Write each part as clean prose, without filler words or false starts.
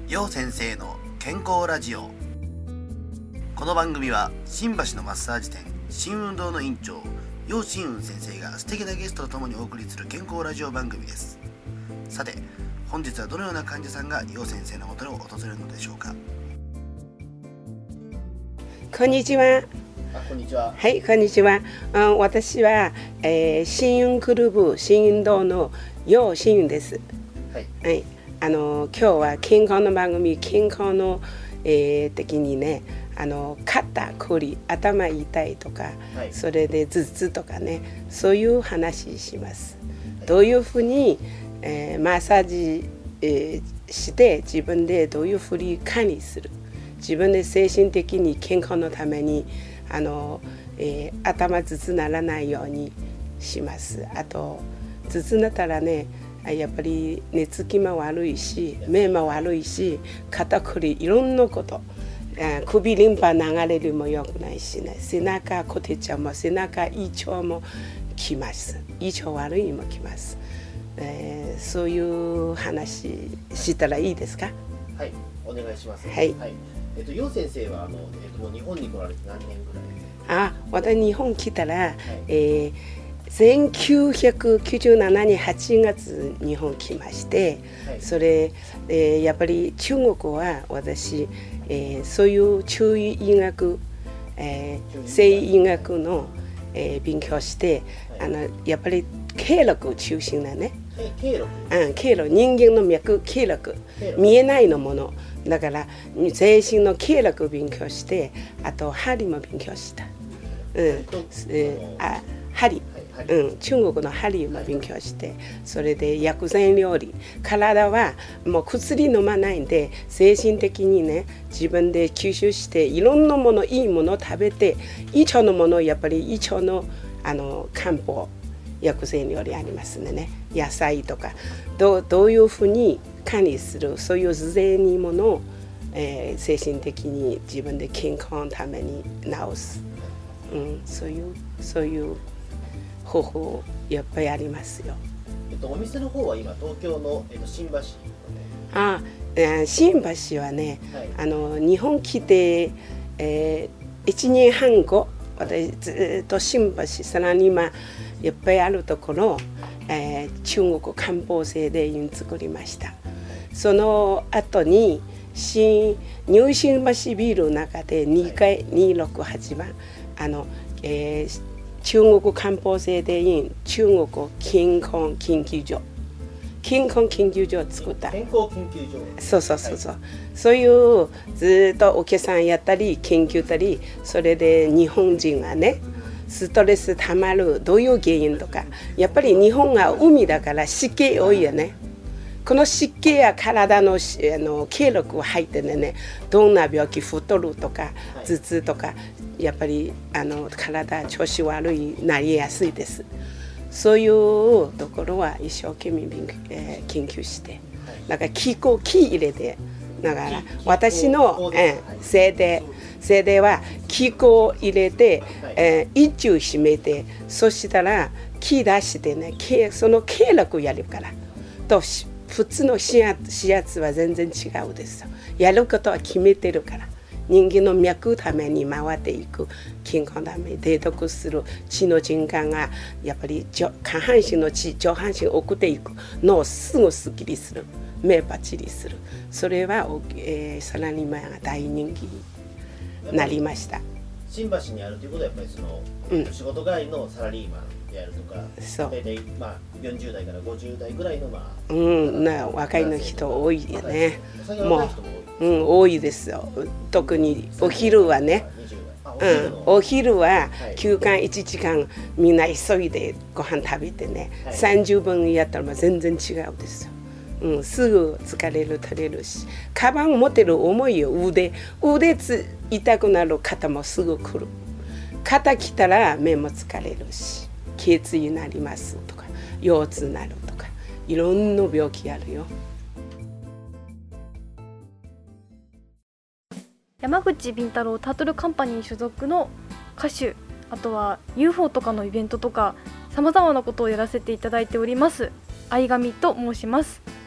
陽先生の健康ラジオ。この番組は新橋のマッサージ店新運動の院長陽新雲先生が素敵なゲストとともにお送りする健康ラジオ番組です。さて本日はどのような患者さんが陽先生のもとに訪れるのでしょうか。 こんにちは。 こんにちは。 はい、こんにちは。私は、新運クルブ新運動の陽新雲です。 はい。 はい。今日は健康の番組、健康の、的にね、肩こり、頭痛いとか、 はい、 それで頭痛とかね、そういう話します。はい、どういうふうに、マッサージ、して自分でどういうふうに管理する。自分で精神的に健康のために頭頭痛ならないようにします。あと頭痛になったらね、やっぱり寝つきも悪いし目も悪いし肩こりいろんなこと首リンパ流れるも良くないしね、背中こてちゃうも背中胃腸もきます。胃腸悪いもきます。そういう話したらいいですか。 はい、お願いします。 はい、 はい。陽先生はもう日本に来られて何年ぐらい？ 私日本来たら、はい、1997年8月日本来まして、はい、それ、やっぱり中国は私、そういう中医医学、西医学の、勉強して、はい、やっぱり経絡中心なね。経絡、人間の脈、経絡、見えないのものだから全身の経絡を勉強して、あと針も勉強した。針、中国の針も勉強して、それで薬膳料理、体はもう薬飲まないんで精神的にね自分で吸収していろんなものいいものを食べて、胃腸のものやっぱり胃腸の漢方薬膳料理ありますね。野菜とかどういうふうに管理する、そういう自然にものを、精神的に自分で健康のために治す、そういう方法やっぱりありますよ。 お店の方は今東京の、新橋。 新橋はね、はい、日本来て、1年半後私ずっと新橋サラリーマンいっぱいあるところ、中国漢方製で院作りました。その後にニュー新橋ビルの中で2階268番中国漢方製で院中国健康研究所を作った。 健康研究所。 そう、はい、そういうずっとお客さんやったり研究たり、それで日本人がねストレスたまるどういう原因とか、やっぱり日本が海だから湿気多いよね。この湿気や体の経絡が入ってね、どんな病気太るとか頭痛とかやっぱり体調子悪いなりやすいです。そういうところは一生懸命、研究して、だから気入れて、だから私の精霊は気を入れて、一中締めて、そしたら気出してね、その経絡やるからと普通の指圧は全然違うです。やることは決めてるから。人間の脈ために回っていく、健康のためにデトックスする血の循環がやっぱり下半身の血上半身を送っていくのをすぐすっきりする、目パチリする、それは、サラリーマンが大人気になりました。 新橋にあるということはやっぱり仕事帰りのサラリーマンであるとか、大体40代から50代ぐらいの若いの人多いよね。もう多いですよ。特にお昼はね、お昼は休館1時間みんな急いでご飯食べてね、30分やったら全然違うですよ。すぐ疲れる取れるし、カバン持ってる重いよ。腕痛くなる肩もすぐ来る。肩来たら目も疲れるし、頸椎になりますとか腰痛になるとかいろんな病気あるよ。 山口敏太郎タートルカンパニー所属の歌手、あとは UFO とかのイベントとかさまざまなことをやらせていただいております相上と申します。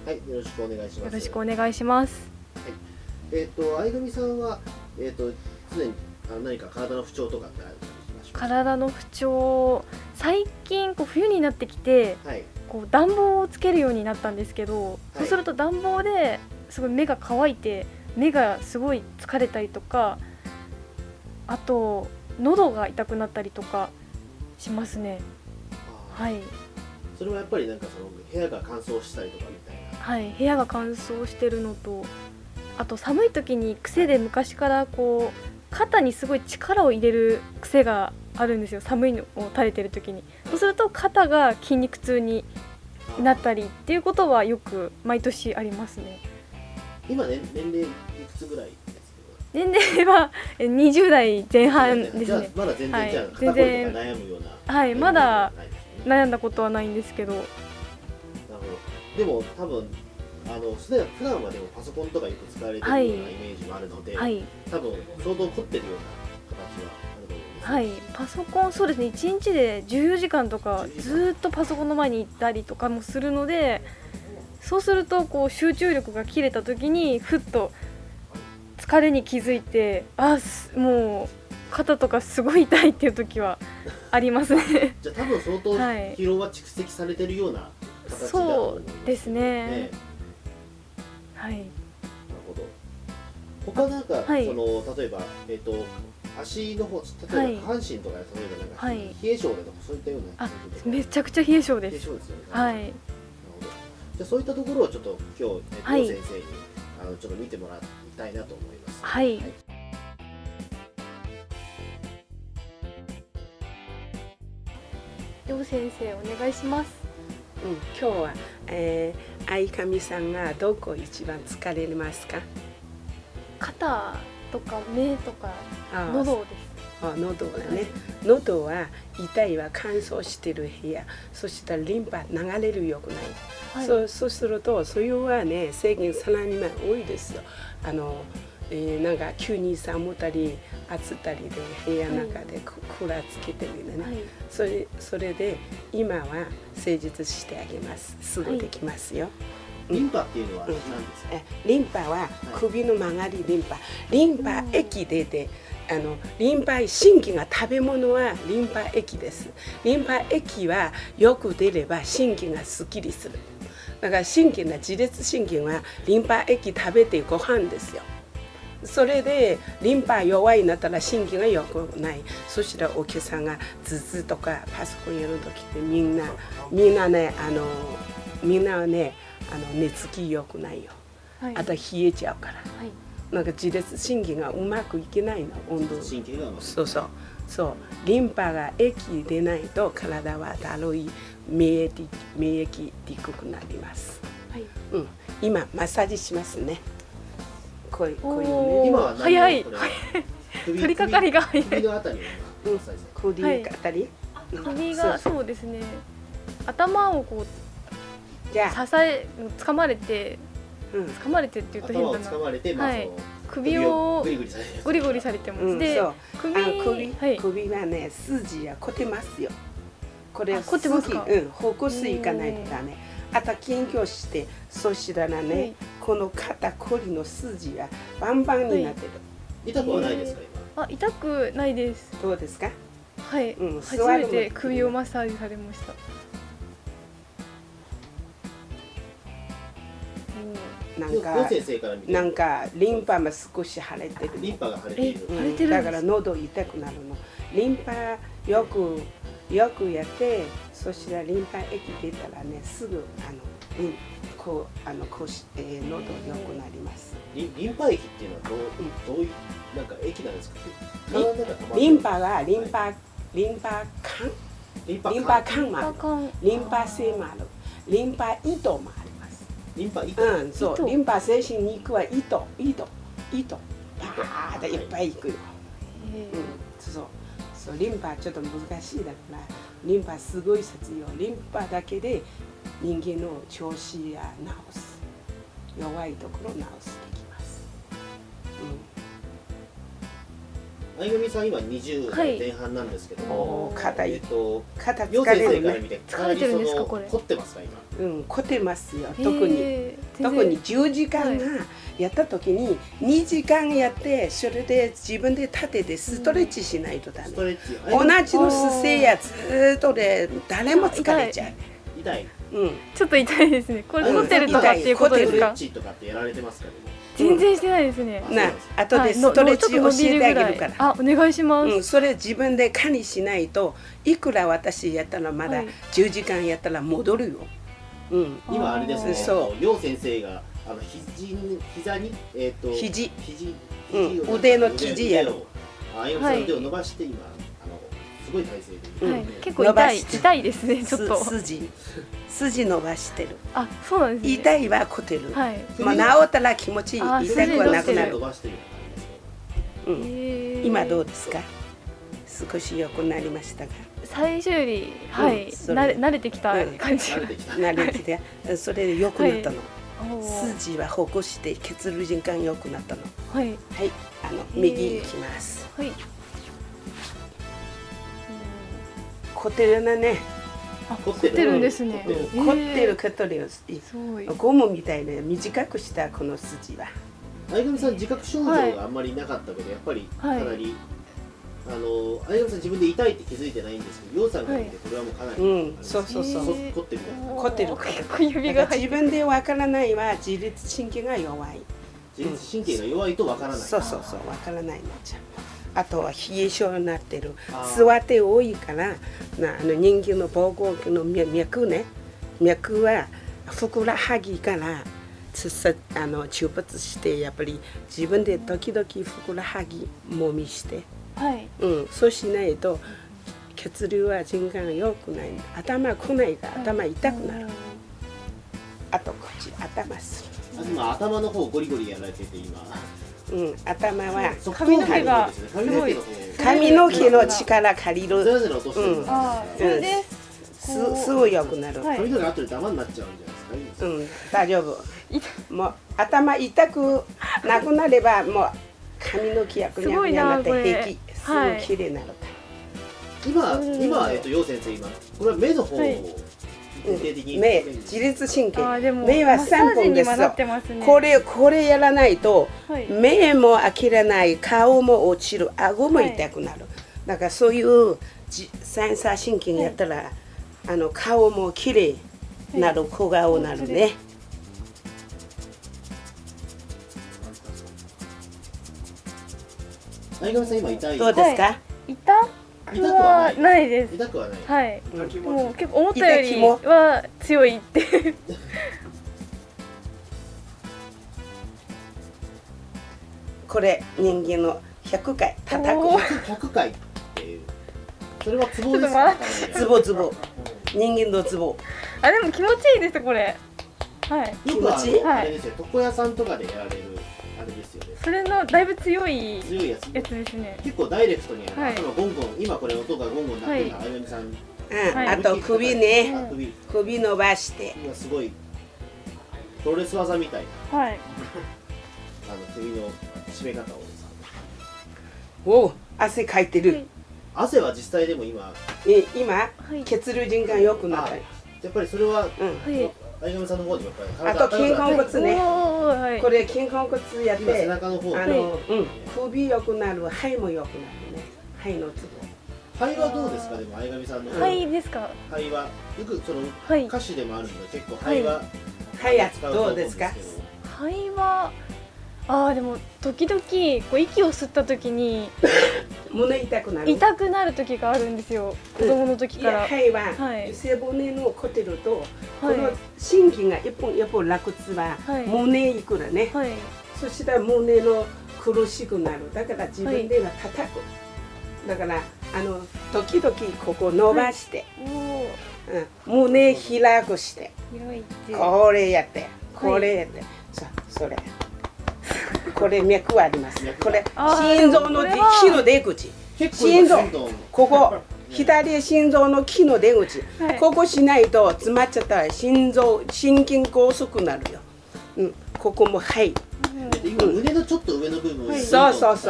はい、よろしくお願いします。 よろしくお願いします。 相組さんは常に何か体の不調とかってあるんでしょうか。 体の不調、最近冬になってきて、 はい、 暖房をつけるようになったんですけど、そうすると暖房ですごい目が乾いて目がすごい疲れたりとか、あと喉が痛くなったりとかしますね。はい。 それはやっぱりなんか部屋が乾燥したりとかみたいな。 はい、部屋が乾燥してるのと、あと寒い時に癖で昔から肩にすごい力を入れる癖があるんですよ。寒いのを垂れてる時に。そうすると肩が筋肉痛になったりっていうことはよく毎年ありますね。 今ね、年齢いくつぐらいですか。 年齢は20代前半ですね。 じゃあまだ全然、 はい、 じゃあ肩こりとか悩むような、 はい、まだ悩んだことはないんですけど。 なるほど。でも多分普段はでもパソコンとかよく使われてるようなイメージもあるので、 はい、 多分相当凝ってるような形はあると思うんです。 はい、パソコン、そうですね、1日で14時間とかずっとパソコンの前に行ったりとかもするので、そうすると集中力が切れた時にふっと疲れに気づいて、もう肩とかすごい痛いっていう時はありますね。 じゃあ多分相当疲労は蓄積されてるような形だと思うんですね。 そうですね。はい。なるほど。他なんか、 はい、 例えば足の方、例えば下半身とか例えばなんか、冷え性でとかそういったような。 めちゃくちゃ冷え性です。 冷え性ですよね。 はい。 なるほど。じゃあそういったところをちょっと今日先生にちょっと見てもらいたいなと思います。 はい。楊先生お願いします。 今日は、相上さんがどこ一番疲れますか？ 肩とか目とか喉です。 喉がね、喉は痛いは乾燥してる部屋、そしたらリンパ流れるよくない、はい、そうすると冬はね制限さらに多いですよ。なんか急に寒たり暑たりで部屋の中でクーラーつけてみるね、はい、それで今は施術してあげます。すぐできますよ。 リンパっていうのは何ですか？ リンパは首の曲がりリンパ、リンパ液出て、リンパ神経が食べ物はリンパ液です。リンパ液はよく出れば神経がすっきりする。だから神経な自律神経はリンパ液食べてご飯ですよ。それでリンパ弱いなったら神経が良くない。そしたらお客さんが頭痛とかパソコンやるときってみんなね寝つき良くないよ、はい、あと冷えちゃうから、はい、なんか自律神経がうまくいけないの。温度神経がそうリンパが液出ないと体はだるい、免疫低くなります、はい、今マッサージしますね。こういうね。 今は早い取り掛かりが早い。 首のあたりは首のあたり、 首がそうですね、頭を掴まれてって言うと変だな。はい。首をグリグリされてます。で、 首はね筋は凝ってますよ。これ凝ってますか？ ほぐすいかないとダメ。あと緊張して、そしたらね、この肩こりの筋はバンバンになってる。 痛くはないですか今？ 痛くないです。 どうですか？ はい。初めて首をマッサージされました。 なんかリンパも少し腫れてる。 リンパが腫れてる。 だから喉痛くなるの。リンパよくやって、そしたらリンパ液出たらねすぐ喉良くなります。 リンパ液っていうのはどういうなんか液なんですか？ リンパはリンパ管もある。リンパ性もある。リンパ糸もある。 リンパ糸、 そう、リンパ精神に行くは糸バーッといっぱい行くよ。そうリンパちょっと難しいだからリンパすごい必要。リンパだけで人間の調子や治す、弱いところを治すできます。 相組さん今20代前半なんですけども、 お肩陽肩先疲れるね。 生から見てかなり疲れてるんですかこれ凝ってますか今？ 凝ってますよ。特に全然特に10時間がやった時に2時間やってそれで自分で立ててストレッチしないとダメ。 ストレッチ同じの姿勢やずーっとで誰も疲れちゃう。 痛い。 ちょっと痛いですね。これホテルとかっていうことですかストレッ？チとかってやられてますか？ 全然してないですね。 な後でストレッチ教えてあげるから。 あ、お願いします。 それ自分で管理しないといくら私やったらまだ10時間やったら戻るよ。 今あれですね。 そ陽先生が膝に肘腕の肘やる。 相組さんの腕を伸ばして今すごい体勢で。 結構痛いですね。ちょっと筋伸ばしてる。 あ、そうなんですね。 痛いは凝ってる。 はい。 まあ治ったら気持ちいい。痛くはなくなる。今どうですか？少し良くなりましたか？ 最初より慣れてきた感じ。 慣れてきて、それで良くなったの。筋はほぐして血流循環良くなったの。 はい。 はい、右行きます。 はい。 凝ってるね。 凝ってるんですね。 凝ってる。ゴムみたいで短くしたこの筋は。 相組さん自覚症状があんまりなかったけどやっぱりかなり相組さん自分で痛いって気づいてないんですけど、陽さんから見てこれはもうかなりそう凝ってる。 凝ってる。 指が自分でわからないは自律神経が弱い。 自律神経が弱いとわからない。 そうわからないなっちゃう。あとは冷え性になってる。座って多いから人間の膀胱器の脈ね、脈はふくらはぎから中発してやっぱり自分で時々ふくらはぎもみして、そうしないと血流は循環が良くない。頭来ないから頭痛くなる。あと口頭する。 今頭の方ゴリゴリやられてて今。 頭は髪の毛が髪の毛の力借りる。すぐ良くなる。 髪の毛後でダマになっちゃうんじゃないですか？ 大丈夫。もう頭痛くなくなればもう髪の毛やくにゃくにゃなって平気すぐ綺麗になるから。 今陽先生今これは目の方を目自律神経目は3本ですよ。これやらないと目も開けない、顔も落ちる、顎も痛くなる。だからそういうセンサー神経やったら顔も綺麗なる、小顔になるね。 相組さん今痛い？ どうですか？ 痛くはないです。 痛くはない。 はい。もう結構思ったよりは強いって。 これ人間の100回叩く。 100回っていう。それはツボですか？ ツボ。人間のツボ。 あ、でも気持ちいいですこれ。はい。 気持ちいい？ あれですよ。床屋さんとかでやられるあれですよね。 それのだいぶ強いやつですね。 結構ダイレクトにゴンゴン、今これ音がゴンゴン鳴ってるのは相組さん。 あと首ね。首伸ばして。 今すごいプロレス技みたいな。 はい。 首の締め方をですね。 お、汗かいてる。 汗は実際でも今血流循環良くなった。 やっぱりそれは相組さんの方でやっぱりあと肩甲骨ね。これ肩甲骨やって背中の方首良くなる、肺も良くなるね。肺のツボ。 肺はどうですか？でも相組さんの肺ですか？ 肺はよくその歌手でもあるので結構肺はどうですか？ 肺はでも時々こう息を吸った時に胸痛くなる時があるんですよ。子供の時から。 肺は背骨の凝ってるとこの神経が一本落骨は胸いくらね。そしたら胸の苦しくなる。だから自分では叩く。だから時々ここ伸ばして胸開くしてこれやってこれやってそれ。これ脈はあります。これ心臓の木の出口。心臓ここ左心臓の木の出口。ここしないと詰まっちゃったら心筋梗塞になるよ。ここもはい。 今胸のちょっと上の部分。 そう。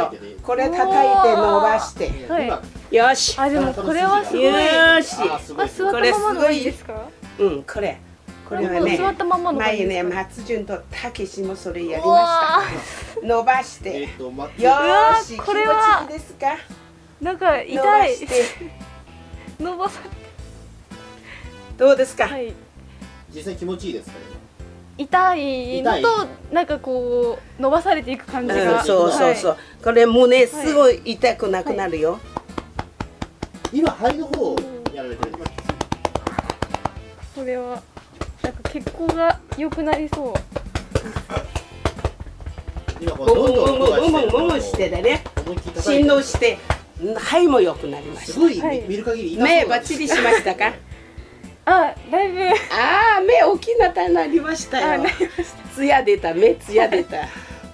これ叩いて伸ばして、 はいよし、 あでもこれはすごい。 よーし、 あ座ったままのがいいですか？ うんこれはね、 座ったままのがいい前ねですか？ 松潤とたけしもそれやりました。伸ばして、よまーし、気持ちこれはいいですか？ なんか伸ば痛い。 して、 伸ばさどうですか？ はい。 実際気持ちいいですか？ 痛いのとなんかこう伸ばされていく感じが。 そうそうそう、これ胸すごい痛くなくなるよ。 今肺の方をやられてるんですか？ これはなんか血行が良くなりそう。 今こうどんどん音がしてももしてでね、 思いっきり叩いて振動して肺も良くなりましすごいはい見る限りた。目バッチリしましたか？ あだいぶああ、目大きなたなりましたよ。ツヤ出た、目ツヤ出た。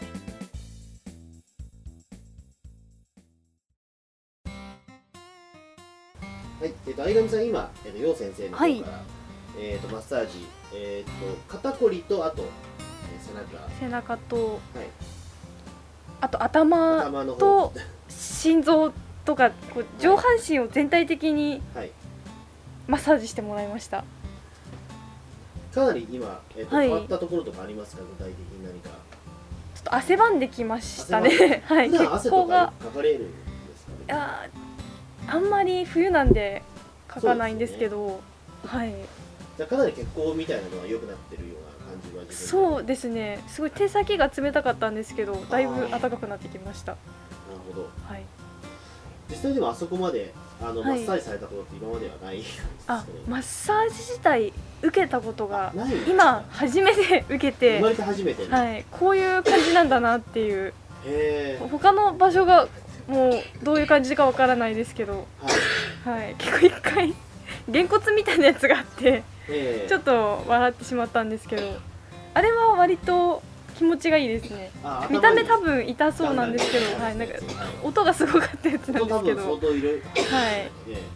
はい、相上さん今、楊先生の方から、 はいマッサージ、肩こりとあと、 背中とはい、 あと頭頭の方と心臓とかこう上半身を全体的にはい、 マッサージしてもらいました。 かなり今、 はい変わったところとかありますか？具体的に何か。 ちょっと汗ばんできましたね。はい、 普段汗血行がとかかかれるんですかね？ あんまり冬なんでかかないんですけど、はい。 じゃあかなり血行みたいなのは良くなってるような感じは自分そうですね。すごい手先が冷たかったんですけど、だいぶ暖かくなってきました。 なるほど。 はい。 実際でもあそこまでマいッサージされたことって今まではないですかね？ マッサージ自体受けたことがないんですか？ 今初めて受けて生ま、れて初めてね。 はい、こういう感じなんだなっていう。 へー、 他の場所がもうどういう感じかわからないですけど、 はい、 はい、結構一回げんこつみたいなやつがあってちょっっと笑ってしまったんですけど、あれは割と気持ちがいいですね。 と見た目多分痛そうなんですけど、はい、なんか音がすごかったやつなんですけ多分ど、 相当いろいろ、 はい、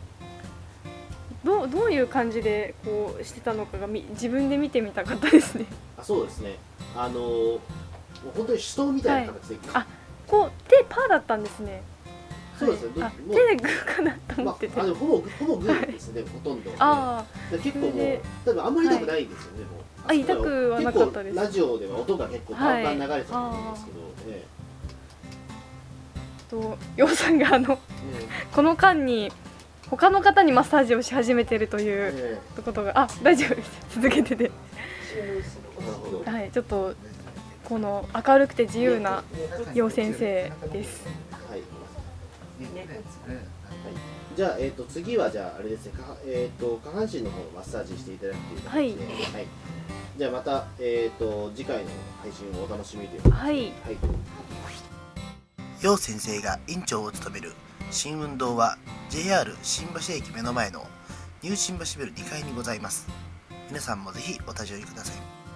どういう感じでこうしてたのかが自分で見てみたかったですね。 そうですね。もう本当に手刀みたいな形で、 あ、こう手パーだったんですね。 そうですね。 あ、 もう手でグーかなと思ってて。 でもほぼグーですね、ほとんど。 あで結構もうそれで多分あんまり痛くないですよね。もうあ痛くはなかったです結構ラジオでは音が結構バンバン流れてたと思うんですけど、 楊さんがこの間に他の方にマッサージをし始めてるということが、大丈夫です。続けてて、 なるほど。 はい、ちょっとこの明るくて自由な楊先生です。 はい。じゃあ次はじゃああれですね。下半身の方をマッサージしていただくという形で、はい。じゃあまた次回の配信をお楽しみということで、 はい。 はい。 楊先生が院長を務める新運動は JR 新橋駅目の前のニュー新橋ビル2階にございます。皆さんもぜひお立ち寄りください。